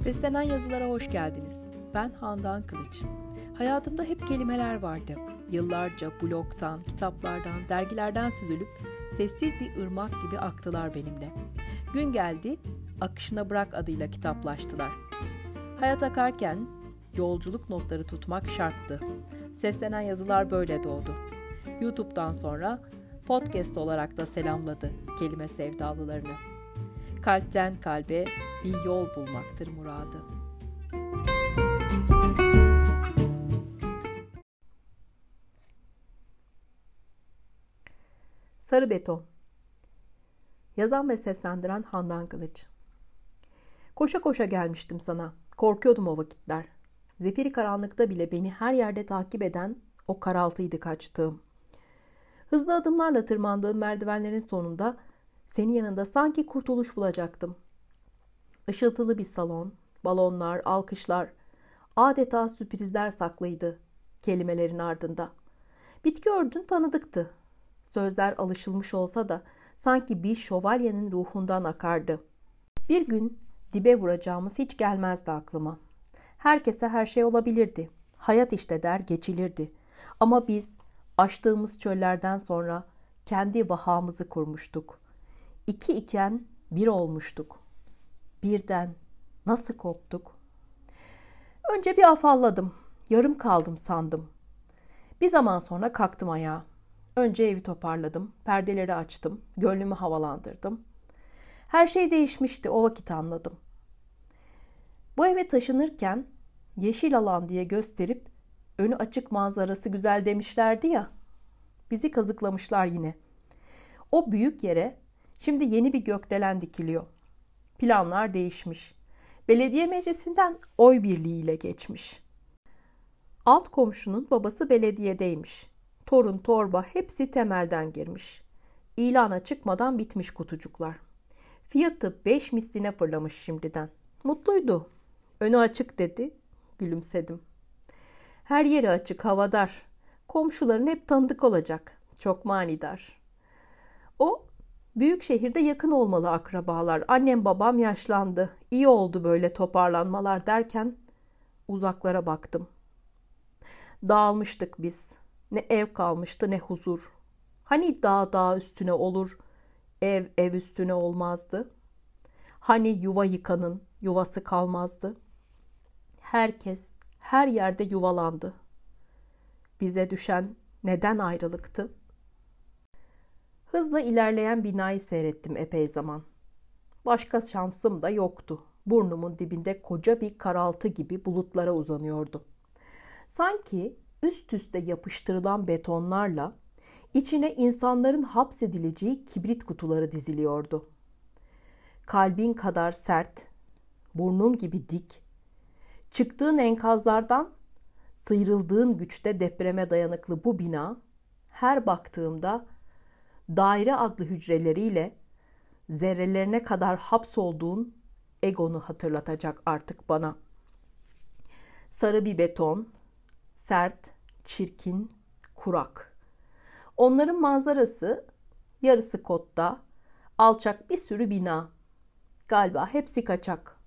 Seslenen yazılara hoş geldiniz. Ben Handan Kılıç. Hayatımda hep kelimeler vardı. Yıllarca blogtan, kitaplardan, dergilerden süzülüp sessiz bir ırmak gibi aktılar benimle. Gün geldi, akışına bırak adıyla kitaplaştılar. Hayat akarken yolculuk notları tutmak şarttı. Seslenen yazılar böyle doğdu. YouTube'dan sonra podcast olarak da selamladı kelime sevdalılarını. Kalpten kalbe bir yol bulmaktır muradı. Sarı beton. Yazan ve seslendiren Handan Kılıç. Koşa koşa gelmiştim sana. Korkuyordum o vakitler. Zifiri karanlıkta bile beni her yerde takip eden o karaltıydı kaçtığım. Hızlı adımlarla tırmandığım merdivenlerin sonunda senin yanında sanki kurtuluş bulacaktım. Işıltılı bir salon, balonlar, alkışlar, adeta sürprizler saklıydı kelimelerin ardında. Bitki örtün tanıdıktı. Sözler alışılmış olsa da sanki bir şövalyenin ruhundan akardı. Bir gün dibe vuracağımız hiç gelmezdi aklıma. Herkese her şey olabilirdi. Hayat işte der geçilirdi. Ama biz aştığımız çöllerden sonra kendi vahamızı kurmuştuk. İki iken bir olmuştuk. Birden nasıl koptuk? Önce bir afalladım. Yarım kaldım sandım. Bir zaman sonra kalktım ayağa. Önce evi toparladım. Perdeleri açtım. Gönlümü havalandırdım. Her şey değişmişti. O vakit anladım. Bu eve taşınırken yeşil alan diye gösterip önü açık manzarası güzel demişlerdi ya. Bizi kazıklamışlar yine. O büyük yere şimdi yeni bir gökdelen dikiliyor. Planlar değişmiş. Belediye meclisinden oy birliğiyle geçmiş. Alt komşunun babası belediyedeymiş. Torun, torba hepsi temelden girmiş. İlana çıkmadan bitmiş kutucuklar. Fiyatı 5 misline fırlamış şimdiden. Mutluydu. Önü açık dedi. Gülümsedim. Her yeri açık, havadar. Komşuların hep tanıdık olacak. Çok manidar. O büyük şehirde yakın olmalı akrabalar. Annem babam yaşlandı. İyi oldu böyle toparlanmalar derken uzaklara baktım. Dağılmıştık biz. Ne ev kalmıştı ne huzur. Hani dağ üstüne olur, ev üstüne olmazdı. Hani yuva yıkanın yuvası kalmazdı. Herkes her yerde yuvalandı. Bize düşen neden ayrılıktı? Hızla ilerleyen binayı seyrettim epey zaman. Başka şansım da yoktu. Burnumun dibinde koca bir karaltı gibi bulutlara uzanıyordu. Sanki üst üste yapıştırılan betonlarla içine insanların hapsedileceği kibrit kutuları diziliyordu. Kalbin kadar sert, burnun gibi dik, çıktığın enkazlardan sıyrıldığın güçte depreme dayanıklı bu bina, her baktığımda daire adlı hücreleriyle zerrelerine kadar hapsolduğun egonu hatırlatacak artık bana. Sarı bir beton, sert, çirkin, kurak. Onların manzarası yarısı kotta, alçak bir sürü bina. Galiba hepsi kaçak.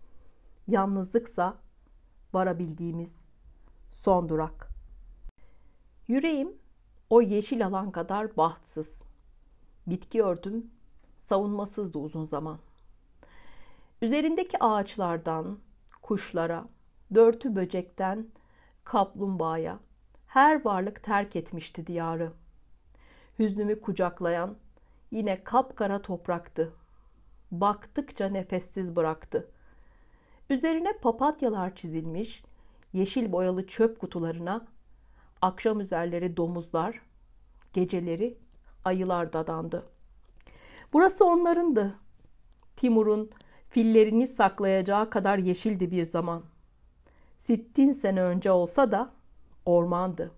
Yalnızlıksa varabildiğimiz son durak. Yüreğim o yeşil alan kadar bahtsız. Bitki örtüm savunmasızdı uzun zaman. Üzerindeki ağaçlardan kuşlara, börtü böcekten kaplumbağaya her varlık terk etmişti diyarı. Hüznümü kucaklayan yine kapkara topraktı. Baktıkça nefessiz bıraktı. Üzerine papatyalar çizilmiş yeşil boyalı çöp kutularına akşam üzerleri domuzlar, geceleri ayılar dadandı. Burası onlarındı. Timur'un fillerini saklayacağı kadar yeşildi bir zaman. 60 sene önce olsa da ormandı.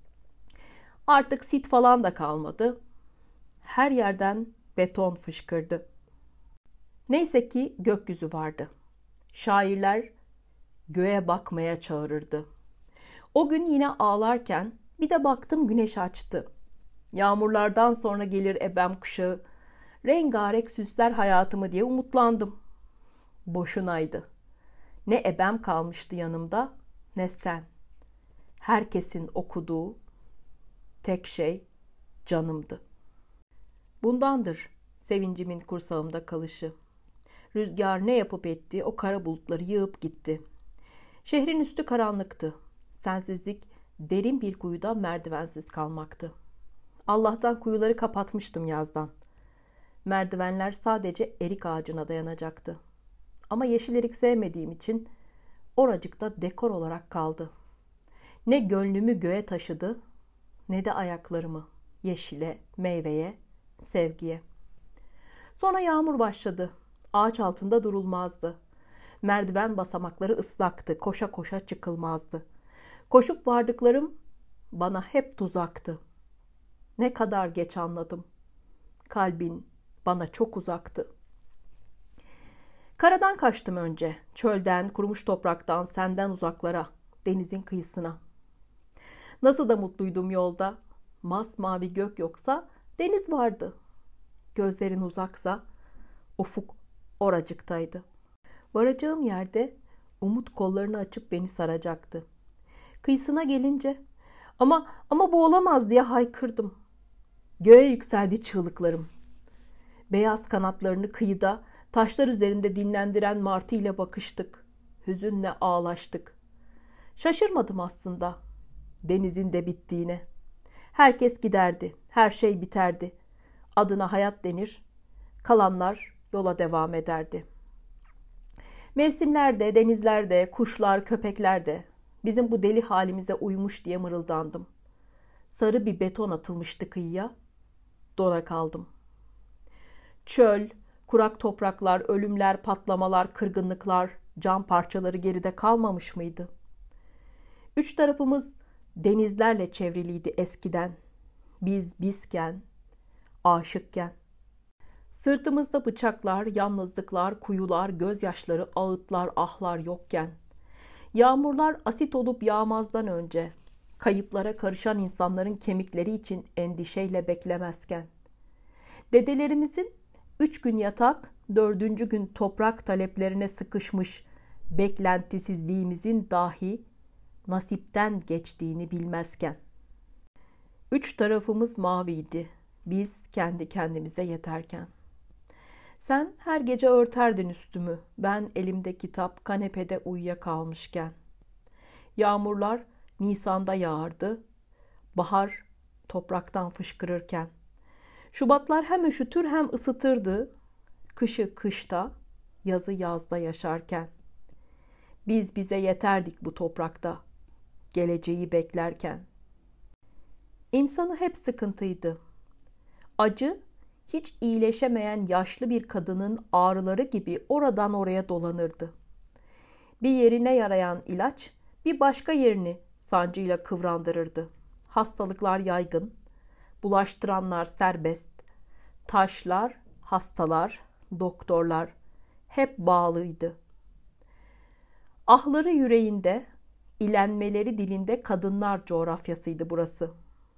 Artık sit falan da kalmadı. Her yerden beton fışkırdı. Neyse ki gökyüzü vardı. Şairler göğe bakmaya çağırırdı. O gün yine ağlarken bir de baktım güneş açtı. Yağmurlardan sonra gelir ebem kuşağı. Rengarenk süsler hayatımı diye umutlandım. Boşunaydı. Ne ebem kalmıştı yanımda, ne sen. Herkesin okuduğu tek şey canımdı. Bundandır sevincimin kursağımda kalışı. Rüzgar ne yapıp etti, o kara bulutları yığıp gitti. Şehrin üstü karanlıktı. Sensizlik derin bir kuyuda merdivensiz kalmaktı. Allah'tan kuyuları kapatmıştım yazdan. Merdivenler sadece erik ağacına dayanacaktı. Ama yeşil erik sevmediğim için oracıkta dekor olarak kaldı. Ne gönlümü göğe taşıdı, ne de ayaklarımı yeşile, meyveye, sevgiye. Sonra yağmur başladı. Ağaç altında durulmazdı. Merdiven basamakları ıslaktı. Koşa koşa çıkılmazdı. Koşup vardıklarım bana hep tuzaktı. Ne kadar geç anladım. Kalbin bana çok uzaktı. Karadan kaçtım önce. Çölden, kurumuş topraktan, senden uzaklara, denizin kıyısına. Nasıl da mutluydum yolda. Masmavi gök yoksa deniz vardı. Gözlerin uzaksa ufuk oracıktaydı. Varacağım yerde umut kollarını açıp beni saracaktı. Kıyısına gelince ama bu olamaz diye haykırdım. Göğe yükseldi çığlıklarım. Beyaz kanatlarını kıyıda taşlar üzerinde dinlendiren martı ile bakıştık. Hüzünle ağlaştık. Şaşırmadım aslında denizin de bittiğine. Herkes giderdi, her şey biterdi. Adına hayat denir, kalanlar yola devam ederdi. Mevsimlerde, denizlerde, kuşlar, köpekler de bizim bu deli halimize uymuş diye mırıldandım. Sarı bir beton atılmıştı kıyıya, dona kaldım. Çöl, kurak topraklar, ölümler, patlamalar, kırgınlıklar, cam parçaları geride kalmamış mıydı? Üç tarafımız denizlerle çevriliydi eskiden. Biz bizken, aşıkken. Sırtımızda bıçaklar, yalnızlıklar, kuyular, gözyaşları, ağıtlar, ahlar yokken. Yağmurlar asit olup yağmazdan önce. Kayıplara karışan insanların kemikleri için endişeyle beklemezken. Dedelerimizin 3 gün yatak, 4. gün toprak taleplerine sıkışmış beklentisizliğimizin dahi nasipten geçtiğini bilmezken. 3 tarafımız maviydi, biz kendi kendimize yeterken. Sen her gece örterdin üstümü, ben elimde kitap kanepede uyuyakalmışken. Yağmurlar Nisan'da yağardı, bahar topraktan fışkırırken. Şubatlar hem üşütür hem ısıtırdı, kışı kışta, yazı yazda yaşarken. Biz bize yeterdik bu toprakta, geleceği beklerken. İnsanı hep sıkıntıydı. Acı, hiç iyileşemeyen yaşlı bir kadının ağrıları gibi oradan oraya dolanırdı. Bir yerine yarayan ilaç, bir başka yerini sancıyla kıvrandırırdı. Hastalıklar yaygın, bulaştıranlar serbest. Taşlar, hastalar, doktorlar hep bağlıydı. Ahları yüreğinde, ilenmeleri dilinde kadınlar coğrafyasıydı burası.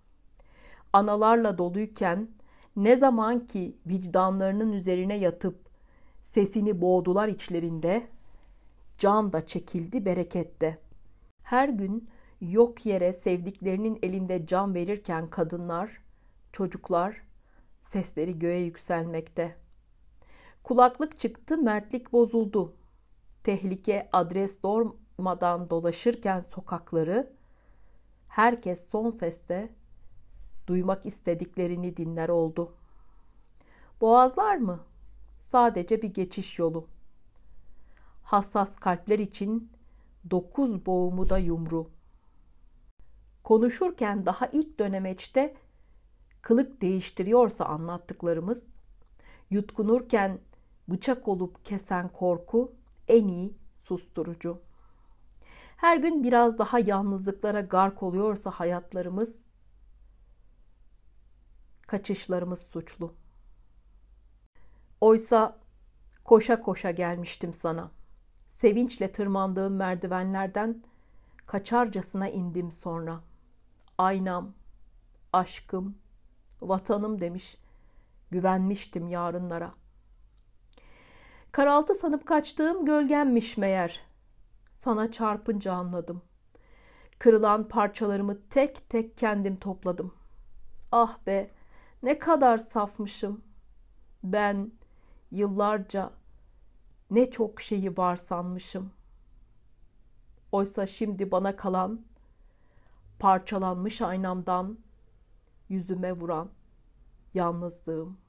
Analarla doluyken ne zaman ki vicdanlarının üzerine yatıp sesini boğdular içlerinde, can da çekildi berekette. Her gün yok yere sevdiklerinin elinde can verirken kadınlar, çocuklar sesleri göğe yükselmekte. Kulaklık çıktı, mertlik bozuldu. Tehlike adres sormadan dolaşırken sokakları, herkes son sesle duymak istediklerini dinler oldu. Boğazlar mı? Sadece bir geçiş yolu. Hassas kalpler için 9 boğumu da yumru. Konuşurken daha ilk dönemeçte kılık değiştiriyorsa anlattıklarımız, yutkunurken bıçak olup kesen korku en iyi susturucu. Her gün biraz daha yalnızlıklara gark oluyorsa hayatlarımız, kaçışlarımız suçlu. Oysa koşa koşa gelmiştim sana. Sevinçle tırmandığım merdivenlerden kaçarcasına indim sonra. Aynam, aşkım, vatanım demiş, güvenmiştim yarınlara. Karaltı sanıp kaçtığım gölgemmiş meğer. Sana çarpınca anladım. Kırılan parçalarımı tek tek kendim topladım. Ah be, ne kadar safmışım. Ben yıllarca ne çok şeyi var sanmışım. Oysa şimdi bana kalan parçalanmış aynamdan yüzüme vuran yalnızlığım.